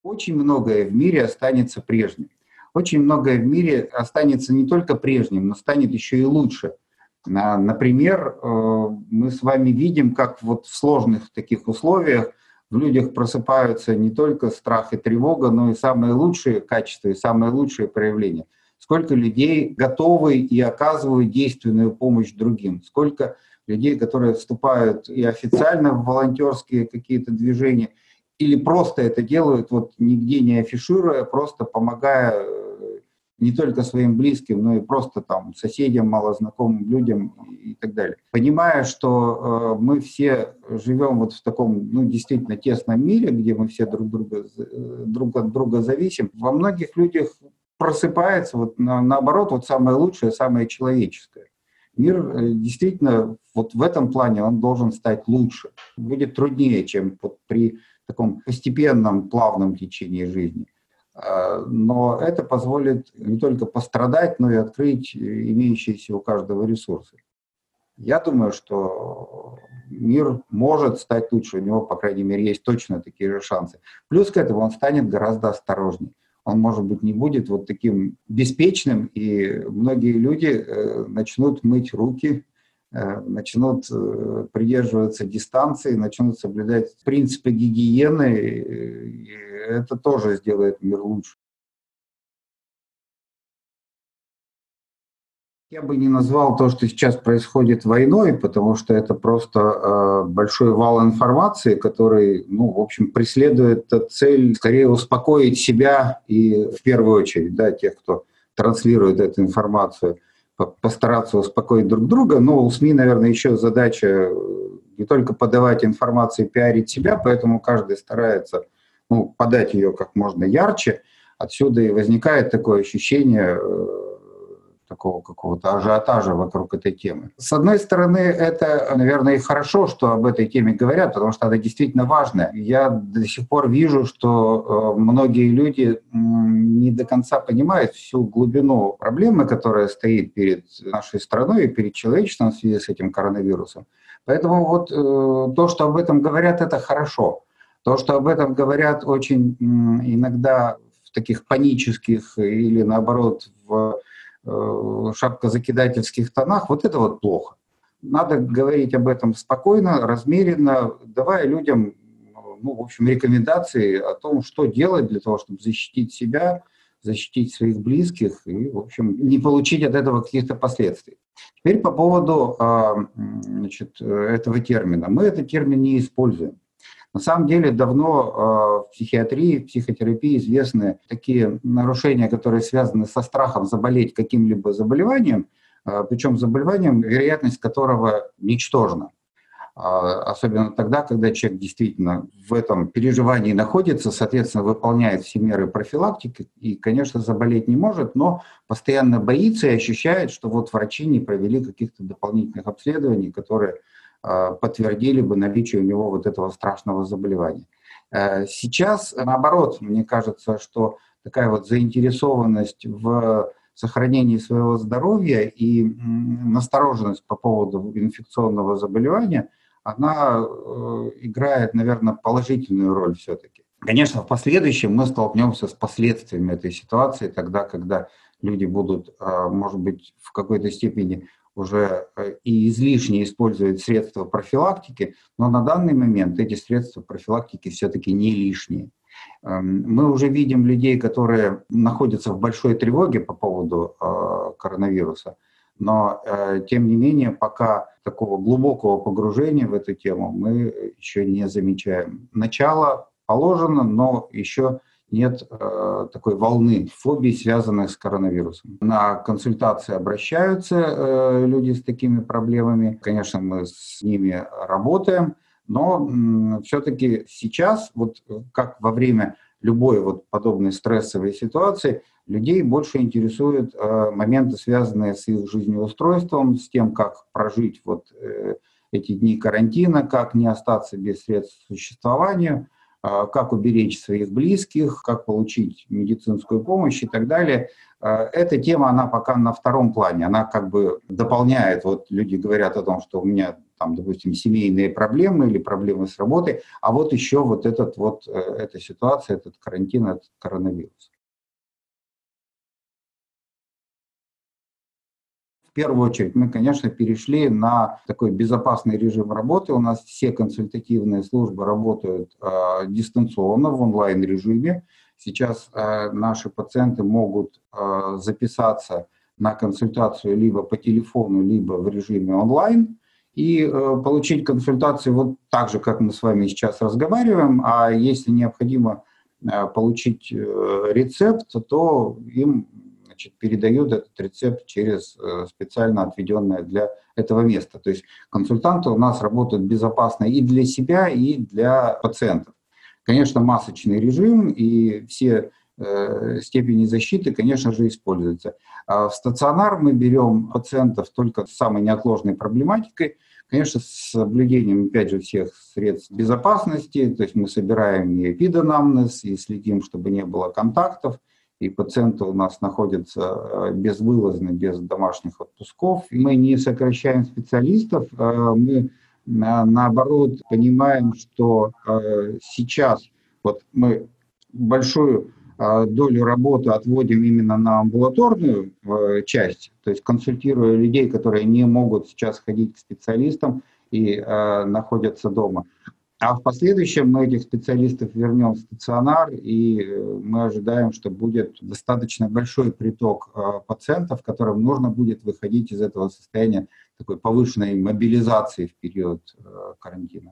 Очень многое в мире останется прежним. Очень многое в мире останется не только прежним, но станет еще и лучше. Например, мы с вами видим, как вот в сложных таких условиях в людях просыпаются не только страх и тревога, но и самые лучшие качества и самые лучшие проявления. Сколько людей готовы и оказывают действенную помощь другим, сколько людей, которые вступают и официально в волонтерские какие-то движения, или просто это делают, вот нигде не афишируя, просто помогая не только своим близким, но и просто там соседям, малознакомым людям и так далее. Понимая, что мы все живем вот в таком, действительно тесном мире, где мы все друг от друга зависим, во многих людях просыпается вот наоборот вот самое лучшее, самое человеческое. Мир действительно вот в этом плане он должен стать лучше. Будет труднее, чем вот при таком постепенном, плавном течении жизни. Но это позволит не только пострадать, но и открыть имеющиеся у каждого ресурсы. Я думаю, что мир может стать лучше, у него, по крайней мере, есть точно такие же шансы. Плюс к этому он станет гораздо осторожнее. Он, может быть, не будет вот таким беспечным, и многие люди начнут мыть руки, начнут придерживаться дистанции, начнут соблюдать принципы гигиены, и это тоже сделает мир лучше. Я бы не назвал то, что сейчас происходит, войной, потому что это просто большой вал информации, который, в общем, преследует цель скорее успокоить себя и, в первую очередь, тех, кто транслирует эту информацию, постараться успокоить друг друга. Но у СМИ, наверное, еще задача не только подавать информацию, пиарить себя, поэтому каждый старается подать ее как можно ярче. Отсюда и возникает такое ощущение такого какого-то ажиотажа вокруг этой темы. С одной стороны, это, наверное, и хорошо, что об этой теме говорят, потому что она действительно важная. Я до сих пор вижу, что многие люди не до конца понимают всю глубину проблемы, которая стоит перед нашей страной и перед человечеством в связи с этим коронавирусом. Поэтому вот то, что об этом говорят, это хорошо. То, что об этом говорят очень иногда в таких панических или, наоборот, в шапкозакидательских тонах, вот это вот плохо. Надо говорить об этом спокойно, размеренно, давая людям, в общем, рекомендации о том, что делать для того, чтобы защитить себя, защитить своих близких и, в общем, не получить от этого каких-то последствий. Теперь по поводу этого термина. Мы этот термин не используем. На самом деле давно в психиатрии, в психотерапии известны такие нарушения, которые связаны со страхом заболеть каким-либо заболеванием, причем заболеванием, вероятность которого ничтожна. Особенно тогда, когда человек действительно в этом переживании находится, соответственно, выполняет все меры профилактики и, конечно, заболеть не может, но постоянно боится и ощущает, что вот врачи не провели каких-то дополнительных обследований, которые подтвердили бы наличие у него вот этого страшного заболевания. Сейчас, наоборот, мне кажется, что такая вот заинтересованность в сохранении своего здоровья и настороженность по поводу инфекционного заболевания, она играет, наверное, положительную роль все-таки. Конечно, в последующем мы столкнемся с последствиями этой ситуации, тогда, когда люди будут, может быть, в какой-то степени уже и излишне используют средства профилактики, но на данный момент эти средства профилактики все-таки не лишние. Мы уже видим людей, которые находятся в большой тревоге по поводу коронавируса, но тем не менее пока такого глубокого погружения в эту тему мы еще не замечаем. Начало положено, но еще нет такой волны фобий, связанных с коронавирусом. На консультации обращаются люди с такими проблемами. Конечно, мы с ними работаем, но все-таки сейчас, вот как во время любой вот подобной стрессовой ситуации, людей больше интересуют моменты, связанные с их жизнеустройством, с тем, как прожить вот эти дни карантина, как не остаться без средств к существованию, как уберечь своих близких, как получить медицинскую помощь и так далее. Эта тема, она пока на втором плане, она как бы дополняет, вот люди говорят о том, что у меня там, допустим, семейные проблемы или проблемы с работой, а вот еще вот эта ситуация, этот карантин, этот коронавирус. В первую очередь мы, конечно, перешли на такой безопасный режим работы. У нас все консультативные службы работают дистанционно, в онлайн-режиме. Сейчас наши пациенты могут записаться на консультацию либо по телефону, либо в режиме онлайн и получить консультацию вот так же, как мы с вами сейчас разговариваем. А если необходимо получить рецепт, то им передают этот рецепт через специально отведенное для этого место. То есть консультанты у нас работают безопасно и для себя, и для пациентов. Конечно, масочный режим и все степени защиты, конечно же, используются. А в стационар мы берем пациентов только с самой неотложной проблематикой, конечно, с соблюдением, опять же, всех средств безопасности, то есть мы собираем и эпиданамнез, и следим, чтобы не было контактов, и пациенты у нас находятся безвылазно, без домашних отпусков. И мы не сокращаем специалистов, мы наоборот понимаем, что сейчас вот мы большую долю работы отводим именно на амбулаторную часть, то есть консультируя людей, которые не могут сейчас ходить к специалистам и находятся дома. А в последующем мы этих специалистов вернем в стационар, и мы ожидаем, что будет достаточно большой приток пациентов, которым нужно будет выходить из этого состояния такой повышенной мобилизации в период карантина.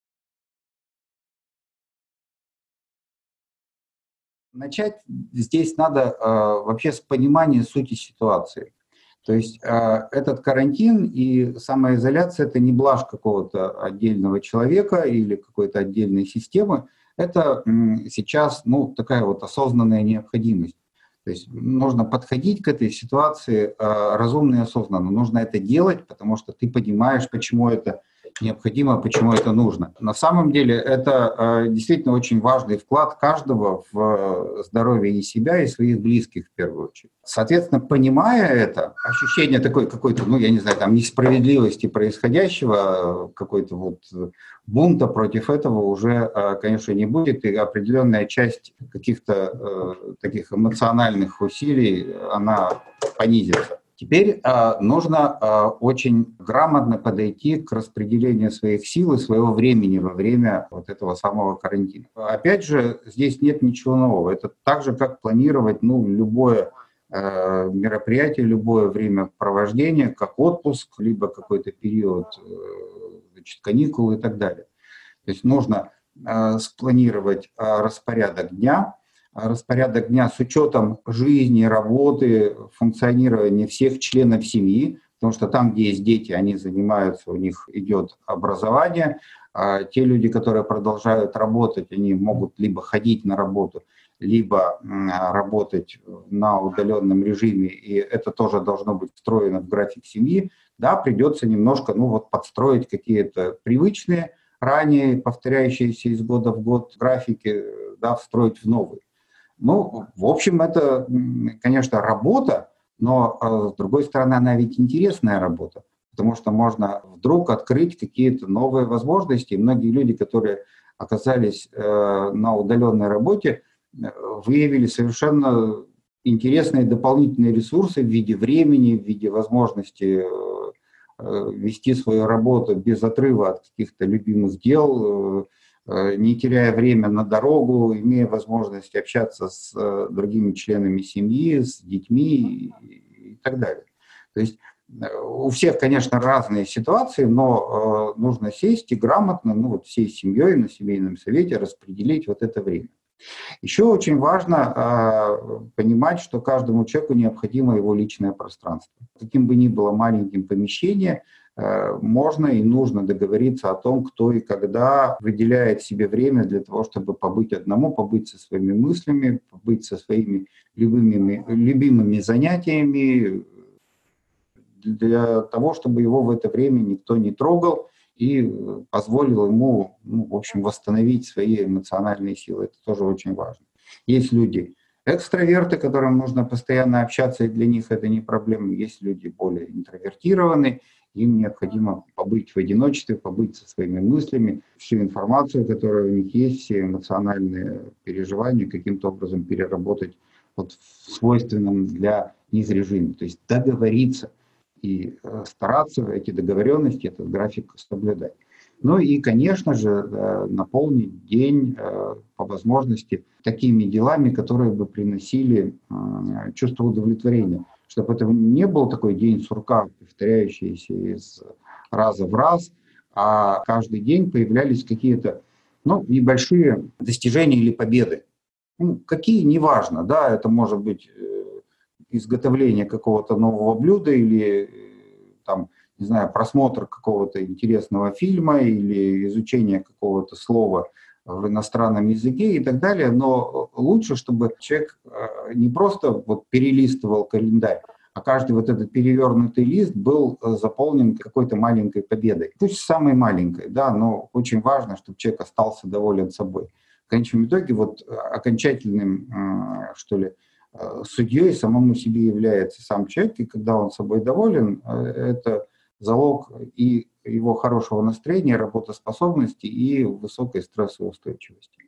Начать здесь надо вообще с понимания сути ситуации. То есть этот карантин и самоизоляция – это не блажь какого-то отдельного человека или какой-то отдельной системы. Это сейчас такая вот осознанная необходимость. То есть нужно подходить к этой ситуации разумно и осознанно. Нужно это делать, потому что ты понимаешь, почему это необходимо, почему это нужно. На самом деле это действительно очень важный вклад каждого в здоровье и себя, и своих близких в первую очередь. Соответственно, понимая это, ощущение такой какой-то, я не знаю, там несправедливости происходящего, какой-то вот бунта против этого уже, конечно, не будет, и определенная часть каких-то таких эмоциональных усилий, она понизится. Теперь нужно очень грамотно подойти к распределению своих сил и своего времени во время вот этого самого карантина. Опять же, здесь нет ничего нового. Это так же, как планировать любое мероприятие, любое времяпровождение, как отпуск, либо какой-то период каникул и так далее. То есть нужно спланировать распорядок дня с учетом жизни, работы, функционирования всех членов семьи, потому что там, где есть дети, они занимаются, у них идет образование. А те люди, которые продолжают работать, они могут либо ходить на работу, либо работать на удаленном режиме, и это тоже должно быть встроено в график семьи. Да, придется немножко подстроить какие-то привычные, ранее повторяющиеся из года в год графики, встроить в новый. В общем, это, конечно, работа, но, с другой стороны, она ведь интересная работа, потому что можно вдруг открыть какие-то новые возможности. И многие люди, которые оказались на удаленной работе, выявили совершенно интересные дополнительные ресурсы в виде времени, в виде возможности вести свою работу без отрыва от каких-то любимых дел, не теряя время на дорогу, имея возможность общаться с другими членами семьи, с детьми и так далее. То есть у всех, конечно, разные ситуации, но нужно сесть и грамотно, всей семьей на семейном совете распределить вот это время. Еще очень важно понимать, что каждому человеку необходимо его личное пространство. Каким бы ни было маленьким помещение, можно и нужно договориться о том, кто и когда выделяет себе время для того, чтобы побыть одному, побыть со своими мыслями, побыть со своими любимыми занятиями, для того, чтобы его в это время никто не трогал и позволил ему, в общем, восстановить свои эмоциональные силы. Это тоже очень важно. Есть люди экстраверты, которым нужно постоянно общаться, и для них это не проблема. Есть люди более интровертированные, им необходимо побыть в одиночестве, побыть со своими мыслями, всю информацию, которая у них есть, все эмоциональные переживания каким-то образом переработать вот в свойственном для них режиме. То есть договориться и стараться эти договоренности, этот график соблюдать. Ну и, конечно же, наполнить день по возможности такими делами, которые бы приносили чувство удовлетворения. Чтобы это не был такой день сурка, повторяющийся из раза в раз, а каждый день появлялись какие-то небольшие достижения или победы. Какие, неважно, да, это может быть изготовление какого-то нового блюда или там, не знаю, просмотр какого-то интересного фильма или изучение какого-то слова в иностранном языке и так далее, но лучше, чтобы человек не просто вот перелистывал календарь, а каждый вот этот перевернутый лист был заполнен какой-то маленькой победой. Пусть самой маленькой, да, но очень важно, чтобы человек остался доволен собой. В конечном итоге вот окончательным, что ли, судьей самому себе является сам человек, и когда он собой доволен, это залог и его хорошего настроения, работоспособности и высокой стрессоустойчивости.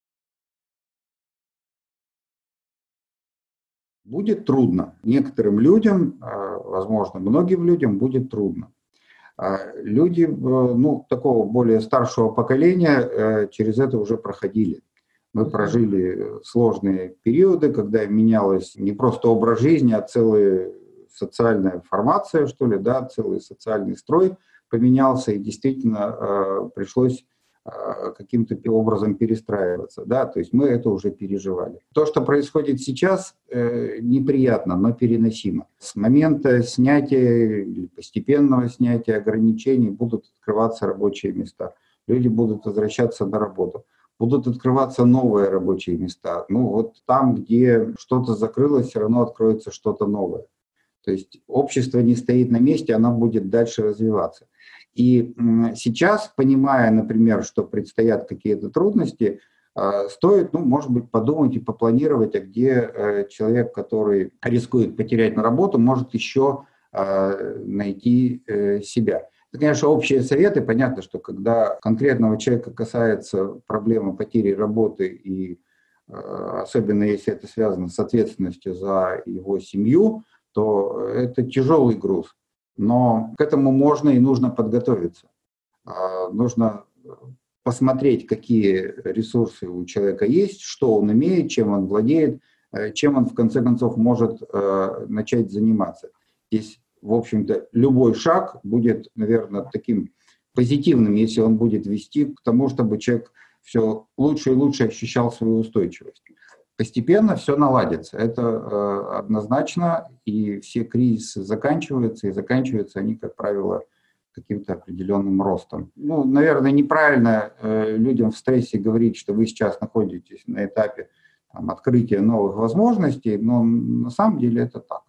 Будет трудно. Некоторым людям, возможно, многим людям будет трудно. Люди, такого более старшего поколения через это уже проходили. Мы прожили сложные периоды, когда менялось не просто образ жизни, а целая социальная формация, что ли, да, целый социальный строй поменялся, и действительно пришлось каким-то образом перестраиваться, да, то есть мы это уже переживали. То, что происходит сейчас, неприятно, но переносимо. С момента снятия или постепенного снятия ограничений будут открываться рабочие места, люди будут возвращаться на работу. Будут открываться новые рабочие места. Вот там, где что-то закрылось, все равно откроется что-то новое. То есть общество не стоит на месте, оно будет дальше развиваться. И сейчас, понимая, например, что предстоят какие-то трудности, стоит, может быть, подумать и попланировать, а где человек, который рискует потерять на работу, может еще найти себя. Это, конечно, общие советы. Понятно, что когда конкретного человека касается проблемы потери работы, и особенно если это связано с ответственностью за его семью, то это тяжелый груз. Но к этому можно и нужно подготовиться. Нужно посмотреть, какие ресурсы у человека есть, что он умеет, чем он владеет, чем он, в конце концов, может начать заниматься. Здесь, в общем-то, любой шаг будет, наверное, таким позитивным, если он будет вести к тому, чтобы человек все лучше и лучше ощущал свою устойчивость. Постепенно все наладится, это однозначно, и все кризисы заканчиваются, и заканчиваются они, как правило, каким-то определенным ростом. Наверное, неправильно людям в стрессе говорить, что вы сейчас находитесь на этапе открытия новых возможностей, но на самом деле это так.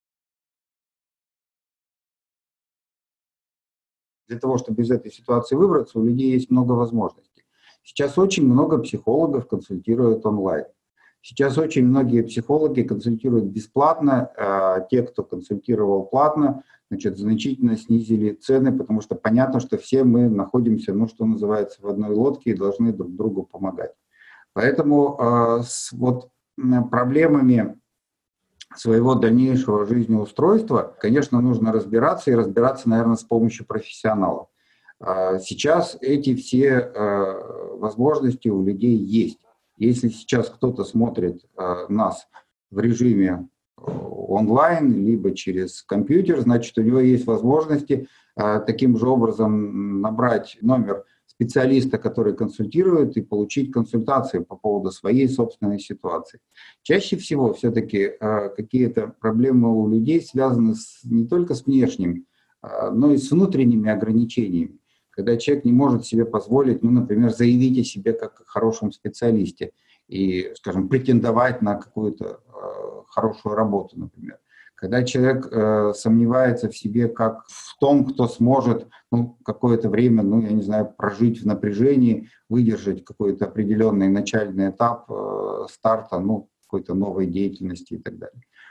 Для того, чтобы из этой ситуации выбраться, у людей есть много возможностей. Сейчас очень много психологов консультируют онлайн. Сейчас очень многие психологи консультируют бесплатно, а те, кто консультировал платно, значительно снизили цены, потому что понятно, что все мы находимся, что называется, в одной лодке и должны друг другу помогать. Поэтому с проблемами своего дальнейшего жизнеустройства, конечно, нужно разбираться, и разбираться, наверное, с помощью профессионалов. Сейчас эти все возможности у людей есть. Если сейчас кто-то смотрит нас в режиме онлайн, либо через компьютер, значит, у него есть возможности таким же образом набрать номер специалиста, который консультирует, и получить консультации по поводу своей собственной ситуации. Чаще всего все-таки какие-то проблемы у людей связаны не только с внешним, но и с внутренними ограничениями. Когда человек не может себе позволить, например, заявить о себе как о хорошем специалисте и, скажем, претендовать на какую-то хорошую работу, например. Когда человек сомневается в себе как в том, кто сможет какое-то время, я не знаю, прожить в напряжении, выдержать какой-то определенный начальный этап старта, какой-то новой деятельности и так далее.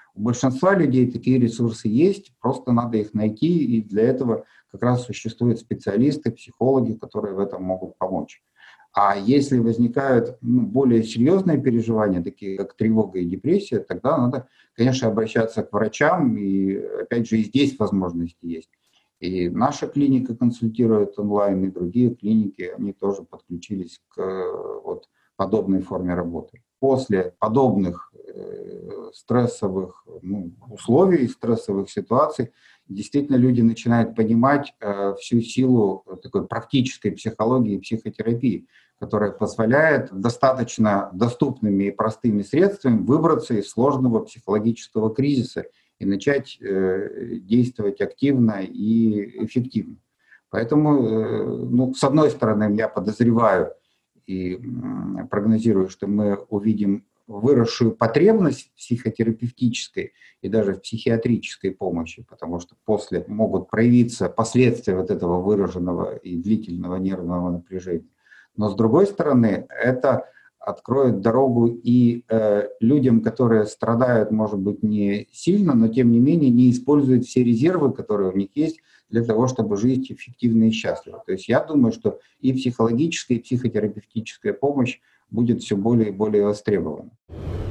У большинства людей такие ресурсы есть, просто надо их найти, и для этого как раз существуют специалисты, психологи, которые в этом могут помочь. А если возникают более серьезные переживания, такие как тревога и депрессия, тогда надо, конечно, обращаться к врачам, и опять же и здесь возможности есть. И наша клиника консультирует онлайн, и другие клиники, они тоже подключились к вот, подобной форме работы. После подобных стрессовых условий, стрессовых ситуаций, действительно люди начинают понимать всю силу такой практической психологии и психотерапии, которая позволяет достаточно доступными и простыми средствами выбраться из сложного психологического кризиса и начать действовать активно и эффективно. Поэтому, с одной стороны, я подозреваю и прогнозирую, что мы увидим выросшую потребность психотерапевтической и даже в психиатрической помощи, потому что после могут проявиться последствия вот этого выраженного и длительного нервного напряжения. Но с другой стороны, это откроет дорогу и людям, которые страдают, может быть, не сильно, но тем не менее не используют все резервы, которые у них есть для того, чтобы жить эффективно и счастливо. То есть я думаю, что и психологическая, и психотерапевтическая помощь будет все более и более востребована.